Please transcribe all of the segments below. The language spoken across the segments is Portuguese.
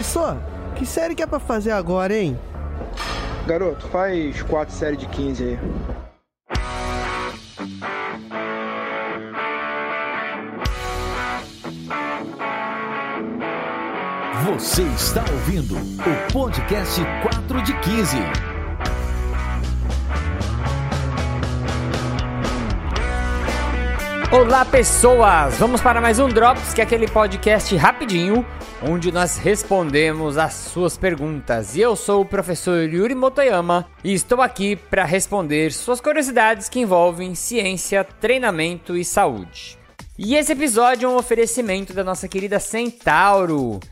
Só, que série que é pra fazer agora, hein? Garoto, faz 4 séries de 15 aí. Você está ouvindo o podcast 4 de 15. Olá, pessoas! Vamos para mais um Drops, que é aquele podcast rapidinho, onde nós respondemos as suas perguntas. E eu sou o professor Yuri Motoyama e estou aqui para responder suas curiosidades que envolvem ciência, treinamento e saúde. E esse episódio é um oferecimento da nossa querida Centauro.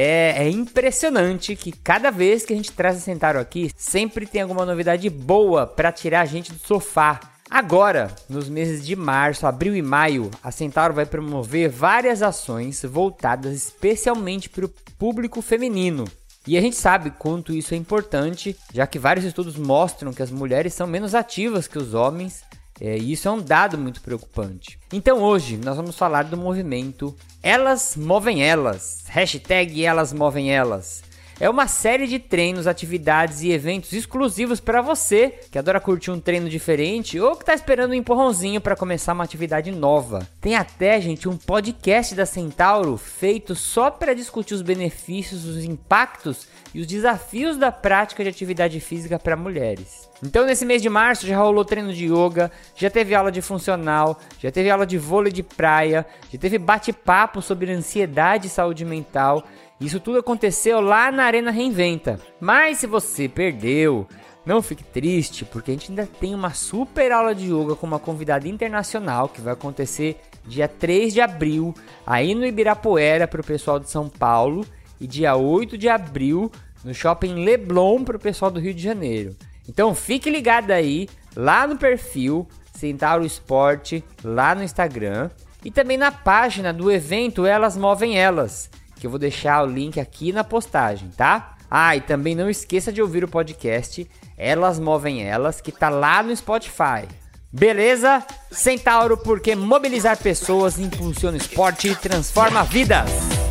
É impressionante que cada vez que a gente traz a Centauro aqui, sempre tem alguma novidade boa para tirar a gente do sofá. Agora, nos meses de março, abril e maio, a Centauro vai promover várias ações voltadas especialmente para o público feminino. E a gente sabe quanto isso é importante, já que vários estudos mostram que as mulheres são menos ativas que os homens, e isso é um dado muito preocupante. Então hoje nós vamos falar do movimento Elas Movem Elas, hashtag Elas Movem Elas. É uma série de treinos, atividades e eventos exclusivos para você que adora curtir um treino diferente ou que está esperando um empurrãozinho para começar uma atividade nova. Tem até, gente, um podcast da Centauro feito só para discutir os benefícios, os impactos e os desafios da prática de atividade física para mulheres. Então, nesse mês de março já rolou treino de yoga, já teve aula de funcional, já teve aula de vôlei de praia, já teve bate-papo sobre ansiedade e saúde mental. Isso tudo aconteceu lá na Arena Reinventa. Mas se você perdeu, não fique triste, porque a gente ainda tem uma super aula de yoga com uma convidada internacional que vai acontecer dia 3 de abril, aí no Ibirapuera para o pessoal de São Paulo, e dia 8 de abril no Shopping Leblon para o pessoal do Rio de Janeiro. Então fique ligado aí, lá no perfil Centauro Esporte, lá no Instagram, e também na página do evento Elas Movem Elas, que eu vou deixar o link aqui na postagem, tá? E também não esqueça de ouvir o podcast Elas Movem Elas, que tá lá no Spotify. Beleza? Centauro, porque mobilizar pessoas impulsiona o esporte e transforma vidas.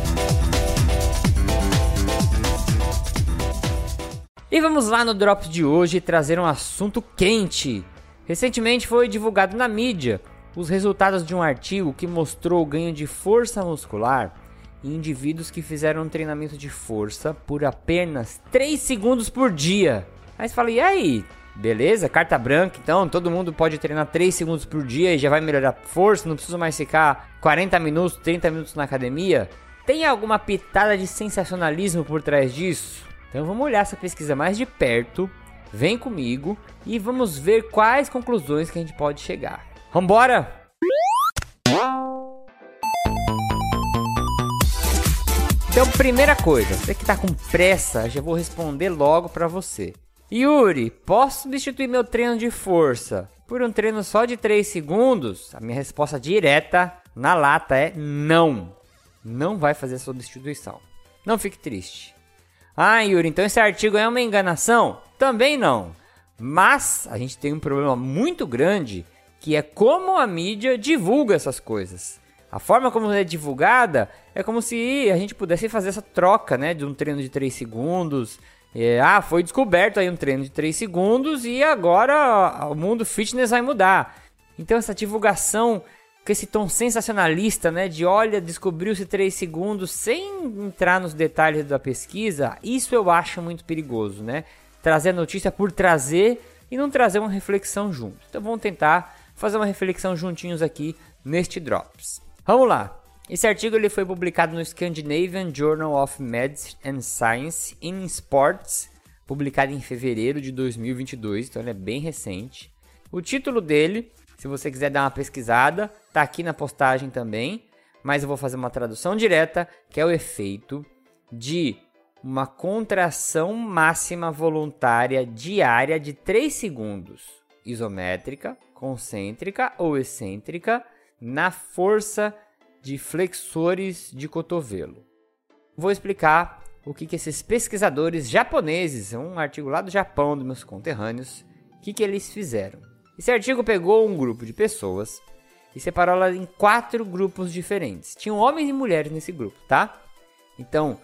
E vamos lá no Drops de hoje trazer um assunto quente. Recentemente foi divulgado na mídia os resultados de um artigo que mostrou o ganho de força muscular em indivíduos que fizeram um treinamento de força por apenas 3 segundos por dia. Aí você fala, e aí? Beleza, carta branca, então todo mundo pode treinar 3 segundos por dia e já vai melhorar a força, não precisa mais ficar 40 minutos, 30 minutos na academia? Tem alguma pitada de sensacionalismo por trás disso? Então vamos olhar essa pesquisa mais de perto, vem comigo e vamos ver quais conclusões que a gente pode chegar. Vambora? Então, primeira coisa, você que tá com pressa, já vou responder logo pra você. Yuri, posso substituir meu treino de força por um treino só de 3 segundos? A minha resposta direta na lata é não. Não vai fazer substituição. Não fique triste. Yuri, então esse artigo é uma enganação? Também não. Mas a gente tem um problema muito grande, que é como a mídia divulga essas coisas. A forma como é divulgada é como se a gente pudesse fazer essa troca, né, de um treino de 3 segundos. Foi descoberto aí um treino de 3 segundos e agora o mundo fitness vai mudar. Então essa divulgação com esse tom sensacionalista, né, de olha, descobriu-se 3 segundos sem entrar nos detalhes da pesquisa, isso eu acho muito perigoso, né? Trazer a notícia por trazer e não trazer uma reflexão junto. Então vamos tentar fazer uma reflexão juntinhos aqui neste Drops. Vamos lá. Esse artigo ele foi publicado no Scandinavian Journal of Medicine and Science in Sports, publicado em fevereiro de 2022, então ele é bem recente. O título dele, se você quiser dar uma pesquisada, tá aqui na postagem também, mas eu vou fazer uma tradução direta, que é o efeito de uma contração máxima voluntária diária de 3 segundos, isométrica, concêntrica ou excêntrica, na força de flexores de cotovelo. Vou explicar o que esses pesquisadores japoneses, um artigo lá do Japão, dos meus conterrâneos, o que eles fizeram. Esse artigo pegou um grupo de pessoas e separou elas em 4 grupos diferentes. Tinham homens e mulheres nesse grupo, tá? Então,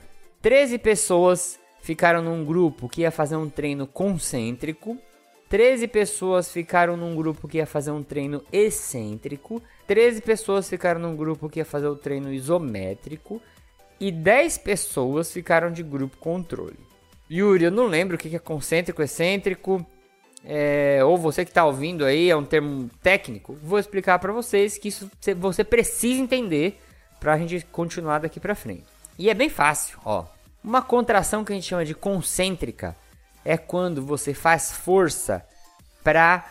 13 pessoas ficaram num grupo que ia fazer um treino concêntrico, 13 pessoas ficaram num grupo que ia fazer um treino excêntrico, 13 pessoas ficaram num grupo que ia fazer o treino isométrico e 10 pessoas ficaram de grupo controle. Yuri, eu não lembro o que é concêntrico, excêntrico, ou você que está ouvindo aí, é um termo técnico. Vou explicar para vocês que isso você precisa entender para a gente continuar daqui para frente. E é bem fácil, ó. Uma contração que a gente chama de concêntrica é quando você faz força para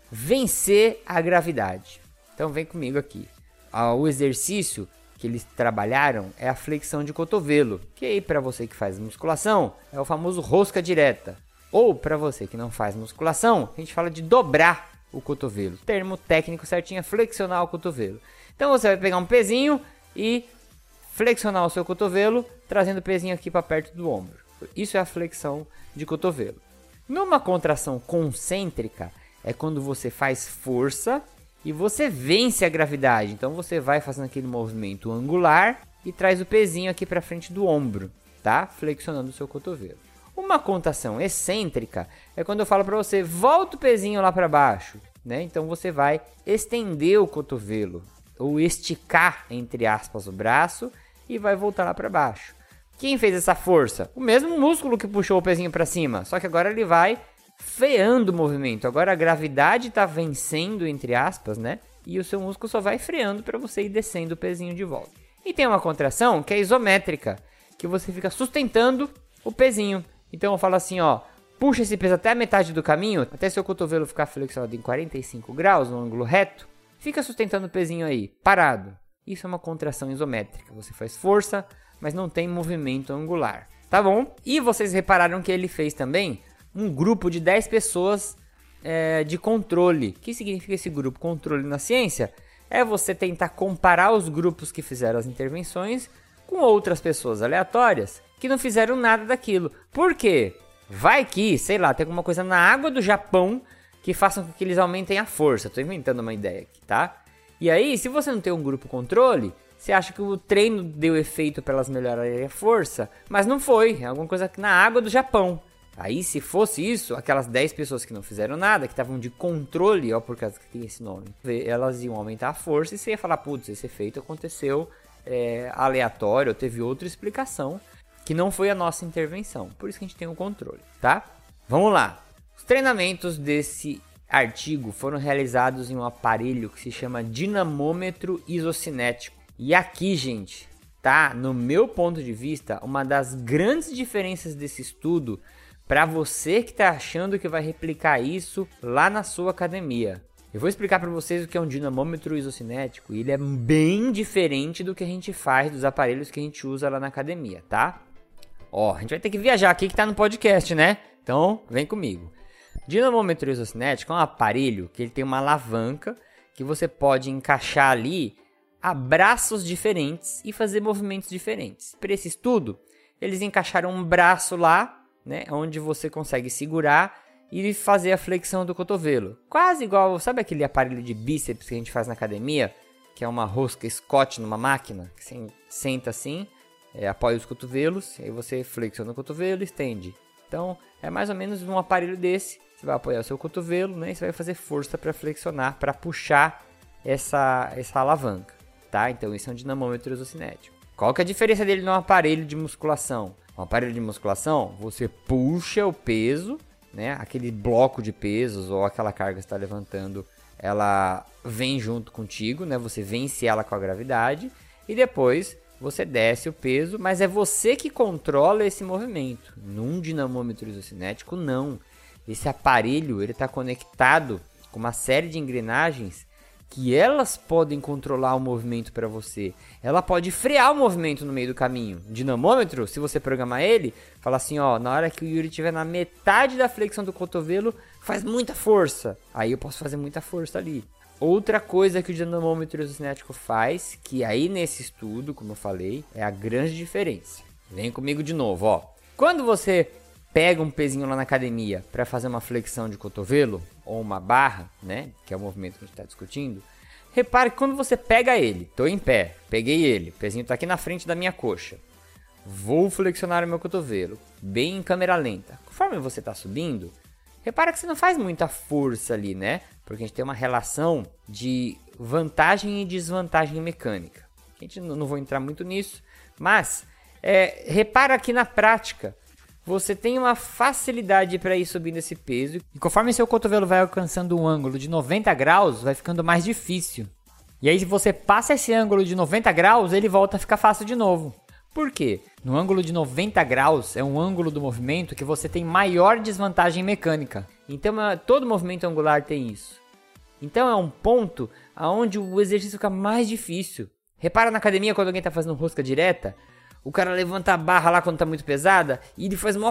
vencer a gravidade. Então vem comigo aqui. O exercício que eles trabalharam é a flexão de cotovelo, que aí para você que faz musculação é o famoso rosca direta. Ou para você que não faz musculação, a gente fala de dobrar o cotovelo. O termo técnico certinho é flexionar o cotovelo. Então você vai pegar um pezinho e flexionar o seu cotovelo, trazendo o pezinho aqui para perto do ombro. Isso é a flexão de cotovelo. Numa contração concêntrica, é quando você faz força e você vence a gravidade. Então você vai fazendo aquele movimento angular e traz o pezinho aqui para frente do ombro, tá? Flexionando o seu cotovelo. Uma contração excêntrica é quando eu falo para você, volta o pezinho lá para baixo, né? Então você vai estender o cotovelo, ou esticar, entre aspas, o braço e vai voltar lá para baixo. Quem fez essa força? O mesmo músculo que puxou o pezinho para cima, só que agora ele vai freando o movimento. Agora a gravidade está vencendo, entre aspas, né? E o seu músculo só vai freando para você ir descendo o pezinho de volta. E tem uma contração que é isométrica, que você fica sustentando o pezinho. Então eu falo assim, ó, puxa esse peso até a metade do caminho, até seu cotovelo ficar flexionado em 45 graus, no ângulo reto, fica sustentando o pezinho aí, parado. Isso é uma contração isométrica. Você faz força, mas não tem movimento angular, tá bom? E vocês repararam que ele fez também um grupo de 10 pessoas de controle. O que significa esse grupo? Controle na ciência é você tentar comparar os grupos que fizeram as intervenções com outras pessoas aleatórias que não fizeram nada daquilo. Por quê? Vai que, sei lá, tem alguma coisa na água do Japão que façam com que eles aumentem a força. Tô inventando uma ideia aqui, tá? E aí, se você não tem um grupo controle, você acha que o treino deu efeito para elas melhorarem a força, mas não foi. É alguma coisa na água do Japão. Aí, se fosse isso, aquelas 10 pessoas que não fizeram nada, que estavam de controle, ó, por causa que tem esse nome, elas iam aumentar a força e você ia falar, putz, esse efeito aconteceu aleatório, ou teve outra explicação, que não foi a nossa intervenção. Por isso que a gente tem o controle, tá? Vamos lá. Os treinamentos desse artigo foram realizados em um aparelho que se chama dinamômetro isocinético. E aqui, gente, tá, no meu ponto de vista, uma das grandes diferenças desse estudo para você que está achando que vai replicar isso lá na sua academia. Eu vou explicar para vocês o que é um dinamômetro isocinético e ele é bem diferente do que a gente faz dos aparelhos que a gente usa lá na academia, tá? Ó, a gente vai ter que viajar aqui que tá no podcast, né? Então, vem comigo. Dinamômetro isocinético é um aparelho que ele tem uma alavanca que você pode encaixar ali a braços diferentes e fazer movimentos diferentes. Para esse estudo, eles encaixaram um braço lá, né, onde você consegue segurar e fazer a flexão do cotovelo. Quase igual, sabe aquele aparelho de bíceps que a gente faz na academia? Que é uma rosca Scott numa máquina, que você senta assim, apoia os cotovelos, aí você flexiona o cotovelo e estende. Então, é mais ou menos um aparelho desse. Você vai apoiar o seu cotovelo, né, e você vai fazer força para flexionar, para puxar essa alavanca, tá? Então, isso é um dinamômetro isocinético. Qual que é a diferença dele num aparelho de musculação? Um aparelho de musculação, você puxa o peso, né, aquele bloco de pesos ou aquela carga que você está levantando, ela vem junto contigo, né, você vence ela com a gravidade e depois você desce o peso, mas é você que controla esse movimento. Num dinamômetro isocinético, não. Esse aparelho ele está conectado com uma série de engrenagens que elas podem controlar o movimento para você. Ela pode frear o movimento no meio do caminho. O dinamômetro, se você programar ele, fala assim, ó, na hora que o Yuri estiver na metade da flexão do cotovelo, faz muita força. Aí eu posso fazer muita força ali. Outra coisa que o dinamômetro isocinético faz, que aí nesse estudo, como eu falei, é a grande diferença. Vem comigo de novo, ó. Quando você pega um pezinho lá na academia para fazer uma flexão de cotovelo ou uma barra, né, que é o movimento que a gente está discutindo, repare que quando você pega ele, tô em pé, peguei ele, o pezinho está aqui na frente da minha coxa. vou flexionar o meu cotovelo, bem em câmera lenta. Conforme você está subindo, repara que você não faz muita força ali, né? Porque a gente tem uma relação de vantagem e desvantagem mecânica. A gente não vou entrar muito nisso, mas repara que na prática você tem uma facilidade para ir subindo esse peso. E conforme seu cotovelo vai alcançando um ângulo de 90 graus, vai ficando mais difícil. E aí se você passa esse ângulo de 90 graus, ele volta a ficar fácil de novo. Por quê? No ângulo de 90 graus é um ângulo do movimento que você tem maior desvantagem mecânica. Então todo movimento angular tem isso. Então é um ponto onde o exercício fica mais difícil. Repara na academia quando alguém está fazendo rosca direta, o cara levanta a barra lá quando está muito pesada e ele faz uma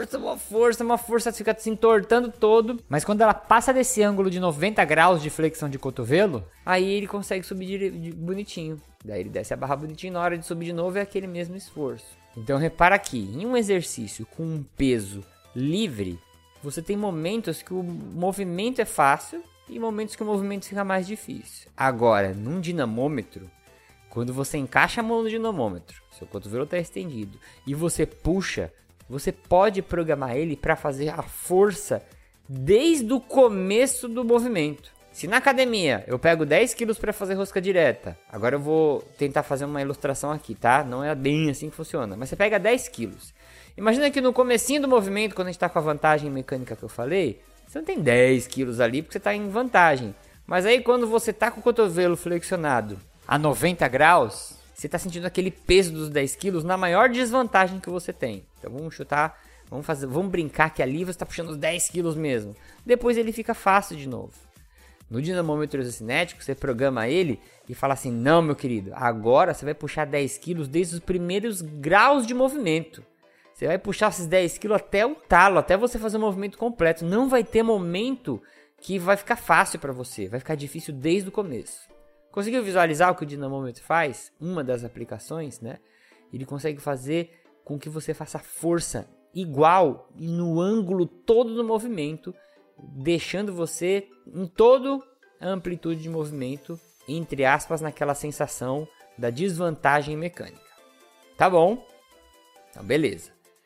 força, fica se entortando todo. Mas quando ela passa desse ângulo de 90 graus de flexão de cotovelo, aí ele consegue subir bonitinho. Daí ele desce a barra bonitinho, na hora de subir de novo é aquele mesmo esforço. Então repara aqui, em um exercício com um peso livre, você tem momentos que o movimento é fácil e momentos que o movimento fica mais difícil. Agora, num dinamômetro, quando você encaixa a mão no dinamômetro, seu cotovelo está estendido e você puxa, você pode programar ele para fazer a força desde o começo do movimento. Se na academia eu pego 10 quilos para fazer rosca direta, agora eu vou tentar fazer uma ilustração aqui, tá? Não é bem assim que funciona, mas você pega 10 quilos. Imagina que no comecinho do movimento, quando a gente está com a vantagem mecânica que eu falei, você não tem 10 quilos ali porque você está em vantagem. Mas aí quando você está com o cotovelo flexionado a 90 graus, você está sentindo aquele peso dos 10 quilos na maior desvantagem que você tem. Então vamos chutar, vamos brincar que ali você está puxando os 10 quilos mesmo. Depois ele fica fácil de novo. No dinamômetro isocinético, você programa ele e fala assim, não, meu querido, agora você vai puxar 10 quilos desde os primeiros graus de movimento. Você vai puxar esses 10 quilos até o talo, até você fazer o movimento completo. Não vai ter momento que vai ficar fácil para você, vai ficar difícil desde o começo. Conseguiu visualizar o que o dinamômetro faz? Uma das aplicações, né? Ele consegue fazer com que você faça força igual e no ângulo todo do movimento, deixando você em toda a amplitude de movimento, entre aspas, naquela sensação da desvantagem mecânica. Tá bom? Então, beleza.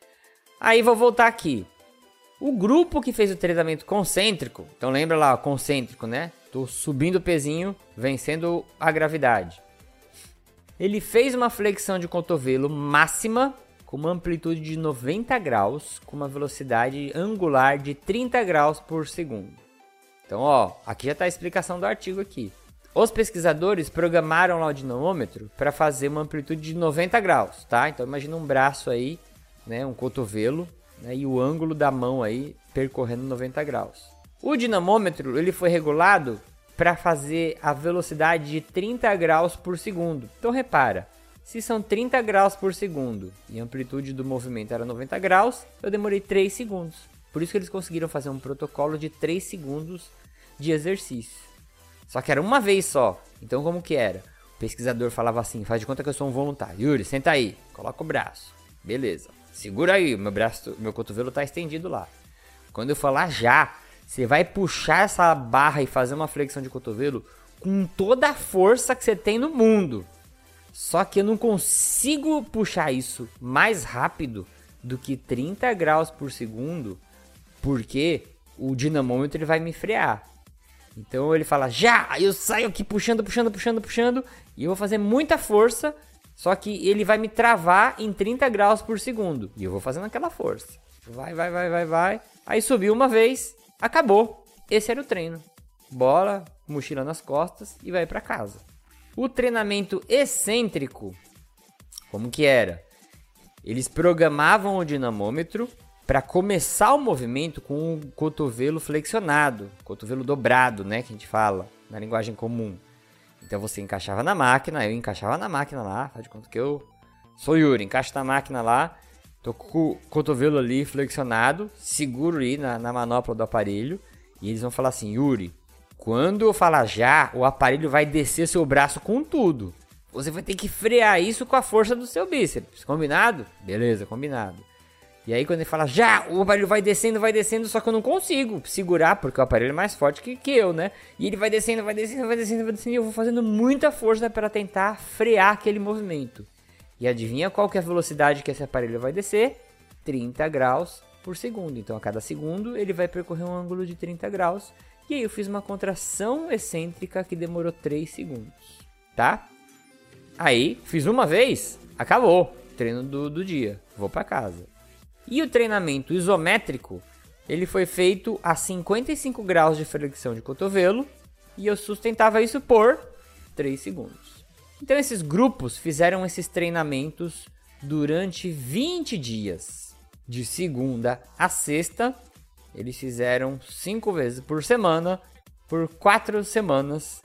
Aí vou voltar aqui. O grupo que fez o treinamento concêntrico, então lembra lá, concêntrico, né? Tô subindo o pezinho, vencendo a gravidade. Ele fez uma flexão de cotovelo máxima com uma amplitude de 90 graus, com uma velocidade angular de 30 graus por segundo. Então, ó, aqui já está a explicação do artigo aqui. Os pesquisadores programaram lá o dinamômetro para fazer uma amplitude de 90 graus, tá? Então, imagina um braço aí, né, um cotovelo, né, e o ângulo da mão aí percorrendo 90 graus. O dinamômetro ele foi regulado para fazer a velocidade de 30 graus por segundo. Então, repara. Se são 30 graus por segundo e a amplitude do movimento era 90 graus, eu demorei 3 segundos. Por isso que eles conseguiram fazer um protocolo de 3 segundos de exercício. Só que era uma vez só. Então como que era? O pesquisador falava assim, faz de conta que eu sou um voluntário. Yuri, senta aí, coloca o braço. Beleza, segura aí, meu cotovelo está estendido lá. Quando eu falar já, você vai puxar essa barra e fazer uma flexão de cotovelo com toda a força que você tem no mundo. Só que eu não consigo puxar isso mais rápido do que 30 graus por segundo, porque o dinamômetro ele vai me frear. Então ele fala, já! Aí eu saio aqui puxando, e eu vou fazer muita força, só que ele vai me travar em 30 graus por segundo. E eu vou fazendo aquela força. Vai. Aí subiu uma vez, acabou. Esse era o treino. Bola, mochila nas costas e vai para casa. O treinamento excêntrico, como que era? Eles programavam o dinamômetro para começar o movimento com o cotovelo flexionado, cotovelo dobrado, né, que a gente fala na linguagem comum. Então você encaixava na máquina, eu encaixava na máquina lá, faz de conta que eu sou Yuri, encaixo na máquina lá, tô com o cotovelo ali flexionado, seguro ali na manopla do aparelho, e eles vão falar assim, Yuri, quando eu falar já, o aparelho vai descer seu braço com tudo. Você vai ter que frear isso com a força do seu bíceps. Combinado? Beleza, combinado. E aí quando ele fala já, o aparelho vai descendo, só que eu não consigo segurar, porque o aparelho é mais forte que eu, né? E ele vai descendo, e eu vou fazendo muita força para tentar frear aquele movimento. E adivinha qual que é a velocidade que esse aparelho vai descer? 30 graus por segundo. Então, a cada segundo, ele vai percorrer um ângulo de 30 graus. E aí, eu fiz uma contração excêntrica que demorou 3 segundos, tá? Aí, fiz uma vez, acabou. Treino do dia. Vou para casa. E o treinamento isométrico, ele foi feito a 55 graus de flexão de cotovelo. E eu sustentava isso por 3 segundos. Então, esses grupos fizeram esses treinamentos durante 20 dias. De segunda a sexta, eles fizeram 5 vezes por semana, por 4 semanas,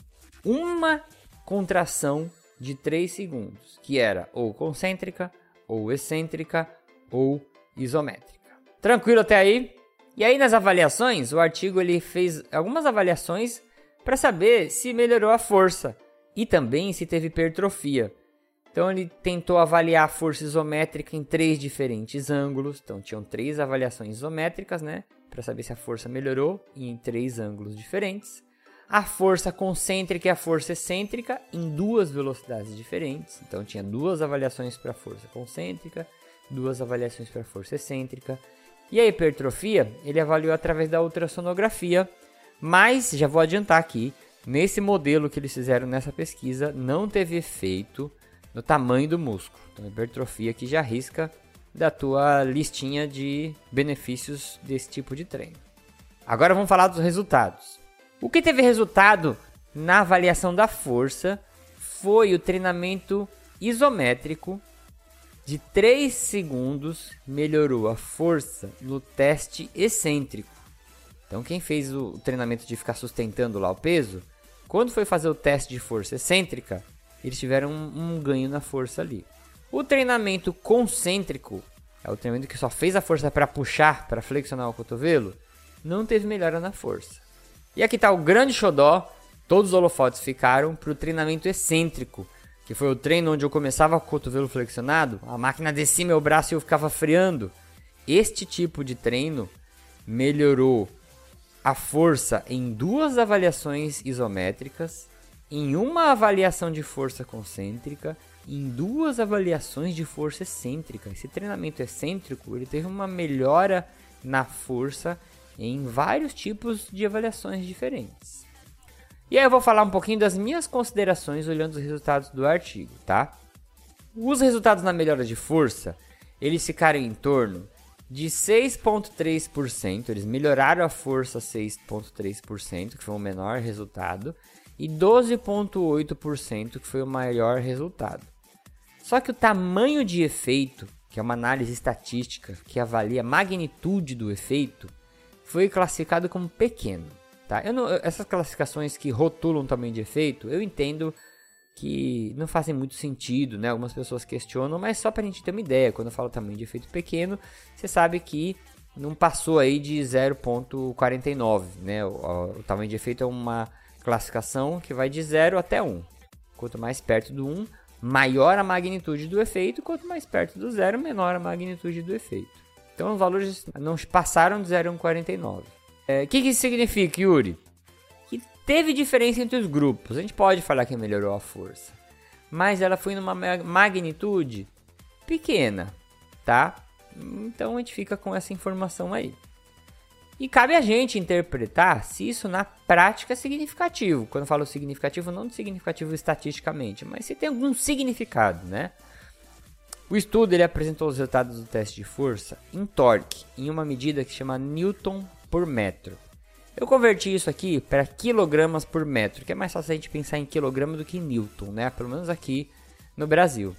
uma contração de 3 segundos, que era ou concêntrica, ou excêntrica, ou isométrica. Tranquilo até aí? E aí nas avaliações, o artigo ele fez algumas avaliações para saber se melhorou a força e também se teve hipertrofia. Então ele tentou avaliar a força isométrica em 3 diferentes ângulos. Então tinham 3 avaliações isométricas, né? Para saber se a força melhorou em 3 ângulos diferentes. A força concêntrica e a força excêntrica em 2 velocidades diferentes. Então tinha 2 avaliações para a força concêntrica, 2 avaliações para a força excêntrica. E a hipertrofia ele avaliou através da ultrassonografia. Mas já vou adiantar aqui, nesse modelo que eles fizeram nessa pesquisa, não teve efeito no tamanho do músculo. Então, hipertrofia que já arrisca da tua listinha de benefícios desse tipo de treino. Agora vamos falar dos resultados. O que teve resultado na avaliação da força foi o treinamento isométrico de 3 segundos melhorou a força no teste excêntrico. Então quem fez o treinamento de ficar sustentando lá o peso, quando foi fazer o teste de força excêntrica, eles tiveram um ganho na força ali. O treinamento concêntrico, é o treinamento que só fez a força para puxar, para flexionar o cotovelo, não teve melhora na força. E aqui está o grande xodó, todos os holofotes ficaram para o treinamento excêntrico, que foi o treino onde eu começava com o cotovelo flexionado, a máquina descia meu braço e eu ficava freando. Este tipo de treino melhorou a força em 2 avaliações isométricas, em uma avaliação de força concêntrica, em 2 avaliações de força excêntrica. Esse treinamento excêntrico ele teve uma melhora na força em vários tipos de avaliações diferentes. E aí eu vou falar um pouquinho das minhas considerações olhando os resultados do artigo, tá? Os resultados na melhora de força, eles ficaram em torno de 6,3%, eles melhoraram a força 6,3%, que foi o menor resultado, e 12,8%, que foi o maior resultado. Só que o tamanho de efeito, que é uma análise estatística que avalia a magnitude do efeito, foi classificado como pequeno. Tá? Essas classificações que rotulam o tamanho de efeito, eu entendo que não fazem muito sentido, né? Algumas pessoas questionam, mas só para a gente ter uma ideia, quando eu falo tamanho de efeito pequeno, você sabe que não passou aí de 0,49, né? O tamanho de efeito é uma classificação que vai de 0 até 1. Quanto mais perto do 1, maior a magnitude do efeito, quanto mais perto do 0, menor a magnitude do efeito. Então os valores não passaram de 0,49. O que isso significa, Yuri? Que teve diferença entre os grupos. A gente pode falar que melhorou a força, mas ela foi numa magnitude pequena, tá? Então a gente fica com essa informação aí. E cabe a gente interpretar se isso na prática é significativo. Quando eu falo significativo, não significativo estatisticamente, mas se tem algum significado, né? O estudo ele apresentou os resultados do teste de força em torque, em uma medida que chama Newton por metro. Eu converti isso aqui para quilogramas por metro, que é mais fácil a gente pensar em quilograma do que em Newton, né? Pelo menos aqui no Brasil.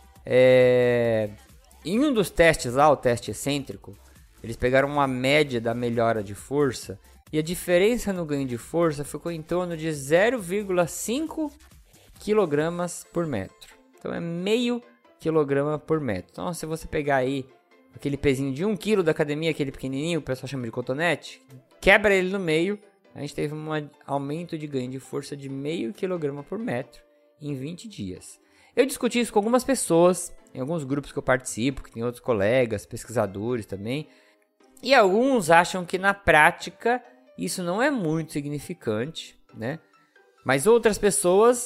Em um dos testes lá, o teste excêntrico, eles pegaram uma média da melhora de força e a diferença no ganho de força ficou em torno de 0,5 kg por metro. Então é meio quilograma por metro. Então se você pegar aí aquele pezinho de 1 kg da academia, aquele pequenininho, o pessoal chama de cotonete, quebra ele no meio, a gente teve um aumento de ganho de força de meio quilograma por metro em 20 dias. Eu discuti isso com algumas pessoas, em alguns grupos que eu participo, que tem outros colegas, pesquisadores também, e alguns acham que na prática isso não é muito significante, né? Mas outras pessoas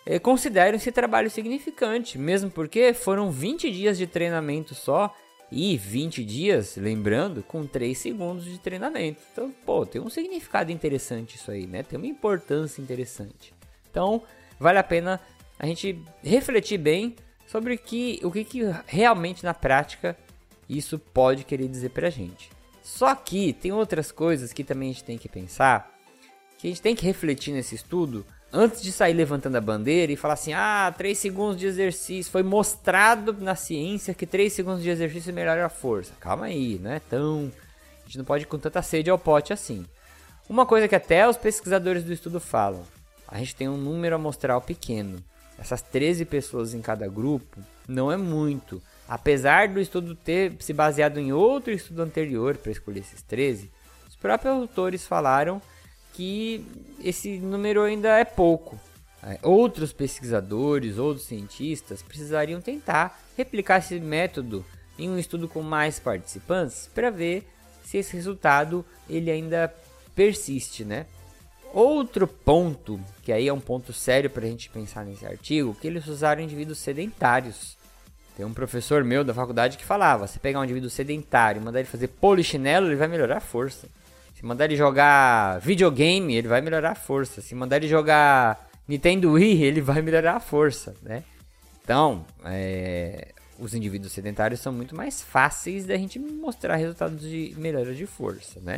consideram esse trabalho significante, mesmo porque foram 20 dias de treinamento só, e 20 dias, lembrando, com 3 segundos de treinamento. Então, tem um significado interessante isso aí, né? Tem uma importância interessante. Então, vale a pena a gente refletir bem sobre o que realmente na prática isso pode querer dizer pra gente. Só que tem outras coisas que também a gente tem que pensar, que a gente tem que refletir nesse estudo, antes de sair levantando a bandeira e falar assim, 3 segundos de exercício, foi mostrado na ciência que 3 segundos de exercício melhora a força. Calma aí, não é tão... A gente não pode ir com tanta sede ao pote assim. Uma coisa que até os pesquisadores do estudo falam, a gente tem um número amostral pequeno. Essas 13 pessoas em cada grupo não é muito. Apesar do estudo ter se baseado em outro estudo anterior para escolher esses 13, os próprios autores falaram que esse número ainda é pouco. Outros pesquisadores, outros cientistas precisariam tentar replicar esse método em um estudo com mais participantes para ver se esse resultado ele ainda persiste, né? Outro ponto, que aí é um ponto sério para a gente pensar nesse artigo, que eles usaram indivíduos sedentários. Tem um professor meu da faculdade que falava, se pegar um indivíduo sedentário e mandar ele fazer polichinelo, ele vai melhorar a força. Se mandar ele jogar videogame, ele vai melhorar a força. Se mandar ele jogar Nintendo Wii, ele vai melhorar a força, né? Então, os indivíduos sedentários são muito mais fáceis da gente mostrar resultados de melhora de força, né?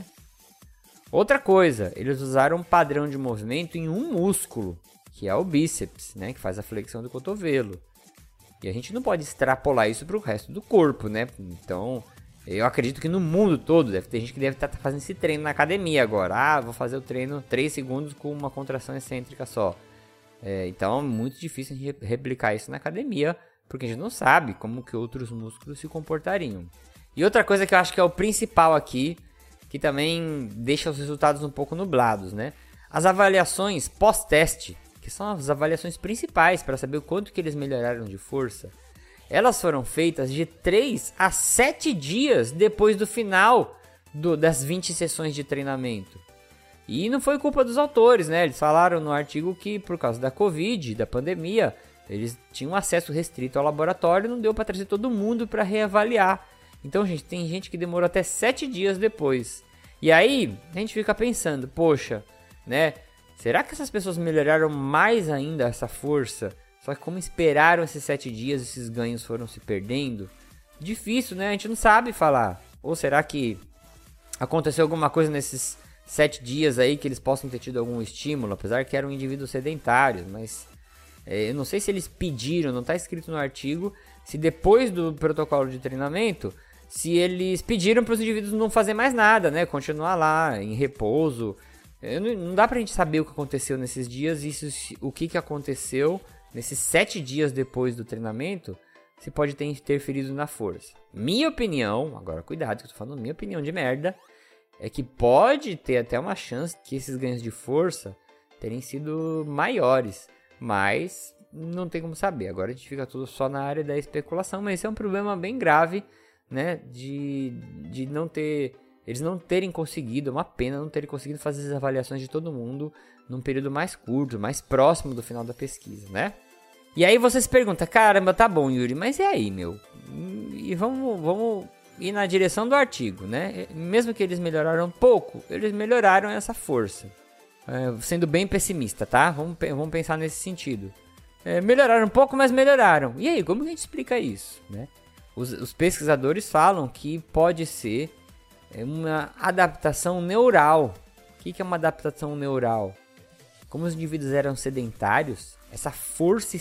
Outra coisa, eles usaram um padrão de movimento em um músculo, que é o bíceps, né? Que faz a flexão do cotovelo. E a gente não pode extrapolar isso para o resto do corpo, né? Então... eu acredito que no mundo todo deve ter gente que deve estar fazendo esse treino na academia agora. Vou fazer o treino 3 segundos com uma contração excêntrica só. Então é muito difícil a gente replicar isso na academia, porque a gente não sabe como que outros músculos se comportariam. E outra coisa que eu acho que é o principal aqui, que também deixa os resultados um pouco nublados, né? As avaliações pós-teste, que são as avaliações principais para saber o quanto que eles melhoraram de força, elas foram feitas de 3 a 7 dias depois do final das 20 sessões de treinamento. E não foi culpa dos autores, né? Eles falaram no artigo que por causa da Covid, da pandemia, eles tinham acesso restrito ao laboratório e não deu para trazer todo mundo para reavaliar. Então, gente, tem gente que demorou até 7 dias depois. E aí, a gente fica pensando, poxa, né? Será que essas pessoas melhoraram mais ainda essa força? Só que como esperaram esses 7 dias, esses ganhos foram se perdendo? Difícil, né? A gente não sabe falar. Ou será que aconteceu alguma coisa nesses 7 dias aí que eles possam ter tido algum estímulo? Apesar que eram indivíduos sedentários, mas eu não sei se eles pediram, não está escrito no artigo, se depois do protocolo de treinamento, se eles pediram para os indivíduos não fazer mais nada, né? Continuar lá, em repouso. Não dá pra gente saber o que aconteceu nesses dias, o que aconteceu nesses 7 dias depois do treinamento, se pode ter interferido na força. Minha opinião, agora cuidado que eu tô falando minha opinião de merda, é que pode ter até uma chance que esses ganhos de força terem sido maiores, mas não tem como saber. Agora a gente fica tudo só na área da especulação, mas esse é um problema bem grave, né, de não ter... Eles não terem conseguido, é uma pena não terem conseguido fazer as avaliações de todo mundo num período mais curto, mais próximo do final da pesquisa, né? E aí você se pergunta, caramba, tá bom, Yuri, mas e aí, meu? E vamos ir na direção do artigo, né? Mesmo que eles melhoraram pouco, eles melhoraram essa força. Sendo bem pessimista, tá? Vamos pensar nesse sentido. Melhoraram um pouco, mas melhoraram. E aí, como que a gente explica isso, né? Os pesquisadores falam que pode ser uma adaptação neural. O que é uma adaptação neural? Como os indivíduos eram sedentários, essa força,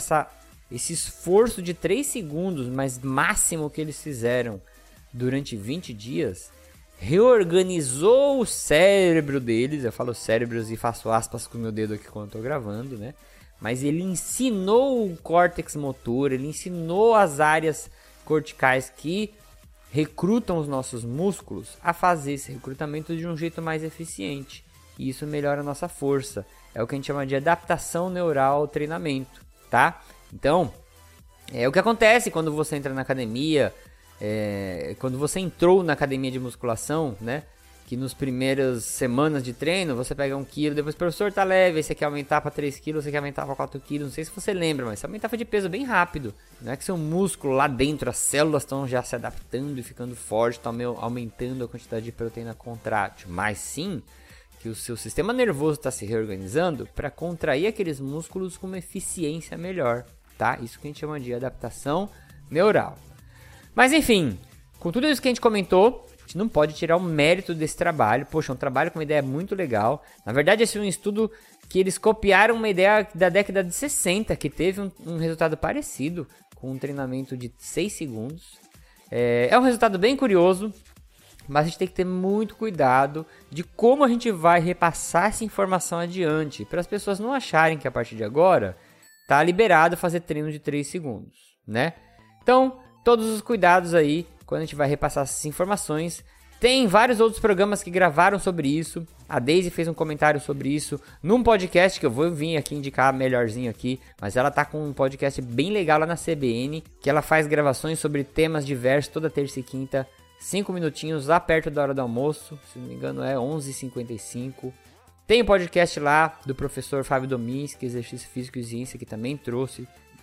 esse esforço de 3 segundos, mas máximo que eles fizeram durante 20 dias, reorganizou o cérebro deles. Eu falo cérebros e faço aspas com o meu dedo aqui quando estou gravando, né? Mas ele ensinou o córtex motor, ele ensinou as áreas corticais que recrutam os nossos músculos a fazer esse recrutamento de um jeito mais eficiente. E isso melhora a nossa força. É o que a gente chama de adaptação neural ao treinamento, tá? Então, é o que acontece quando você entra na academia, quando você entrou na academia de musculação, né? que nos primeiras semanas de treino, você pega 1 kg, depois o professor tá leve, aí você quer aumentar para 3 kg, você quer aumentar para 4 kg, não sei se você lembra, mas você aumentava de peso bem rápido. Não é que seu músculo lá dentro, as células estão já se adaptando e ficando forte, estão aumentando a quantidade de proteína contrátil, mas sim que o seu sistema nervoso está se reorganizando para contrair aqueles músculos com uma eficiência melhor, tá? Isso que a gente chama de adaptação neural. Mas enfim, com tudo isso que a gente comentou, a gente não pode tirar o mérito desse trabalho. Poxa, um trabalho com uma ideia muito legal. Na verdade, esse é um estudo que eles copiaram uma ideia da década de 60, que teve um resultado parecido, com um treinamento de 6 segundos. É um resultado bem curioso, mas a gente tem que ter muito cuidado de como a gente vai repassar essa informação adiante, para as pessoas não acharem que a partir de agora tá liberado fazer treino de 3 segundos, né? Então, todos os cuidados aí quando a gente vai repassar essas informações. Tem vários outros programas que gravaram sobre isso. A Daisy fez um comentário sobre isso num podcast que eu vou vir aqui indicar melhorzinho aqui, mas ela tá com um podcast bem legal lá na CBN, que ela faz gravações sobre temas diversos toda terça e quinta, 5 minutinhos lá perto da hora do almoço, se não me engano é 11h55. Tem um podcast lá do professor Fábio Dominski, Exercício Físico e Ciência, que também trouxe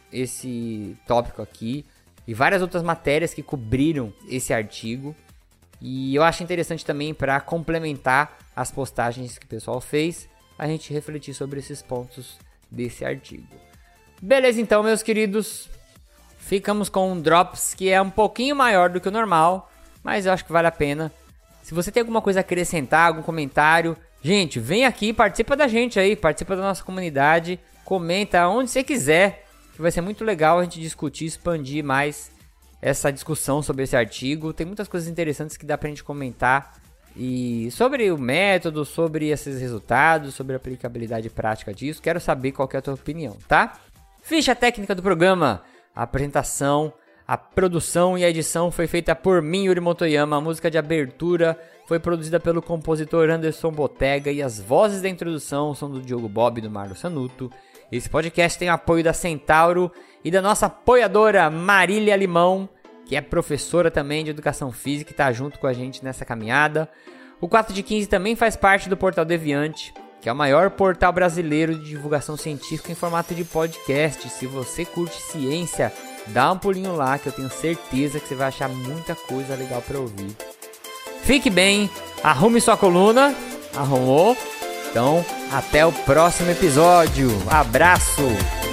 esse tópico aqui. E várias outras matérias que cobriram esse artigo. E eu acho interessante também, para complementar as postagens que o pessoal fez, a gente refletir sobre esses pontos desse artigo. Beleza então, meus queridos. Ficamos com um Drops que é um pouquinho maior do que o normal, mas eu acho que vale a pena. Se você tem alguma coisa a acrescentar, algum comentário, gente, vem aqui, participa da gente aí, participa da nossa comunidade, comenta onde você quiser. Vai ser muito legal a gente discutir, expandir mais essa discussão sobre esse artigo. Tem muitas coisas interessantes que dá pra gente comentar. E sobre o método, sobre esses resultados, sobre a aplicabilidade prática disso. Quero saber qual que é a tua opinião, tá? Ficha técnica do programa. A apresentação, a produção e a edição foi feita por mim, Yuri Motoyama. A música de abertura foi produzida pelo compositor Anderson Botega. E as vozes da introdução são do Diogo Bob e do Marlo Sanuto. Esse podcast tem o apoio da Centauro e da nossa apoiadora Marília Limão, que é professora também de Educação Física e está junto com a gente nessa caminhada. O 4 de 15 também faz parte do Portal Deviante, que é o maior portal brasileiro de divulgação científica em formato de podcast. Se você curte ciência, dá um pulinho lá que eu tenho certeza que você vai achar muita coisa legal para ouvir. Fique bem, arrume sua coluna. Arrumou? Então, até o próximo episódio. Abraço!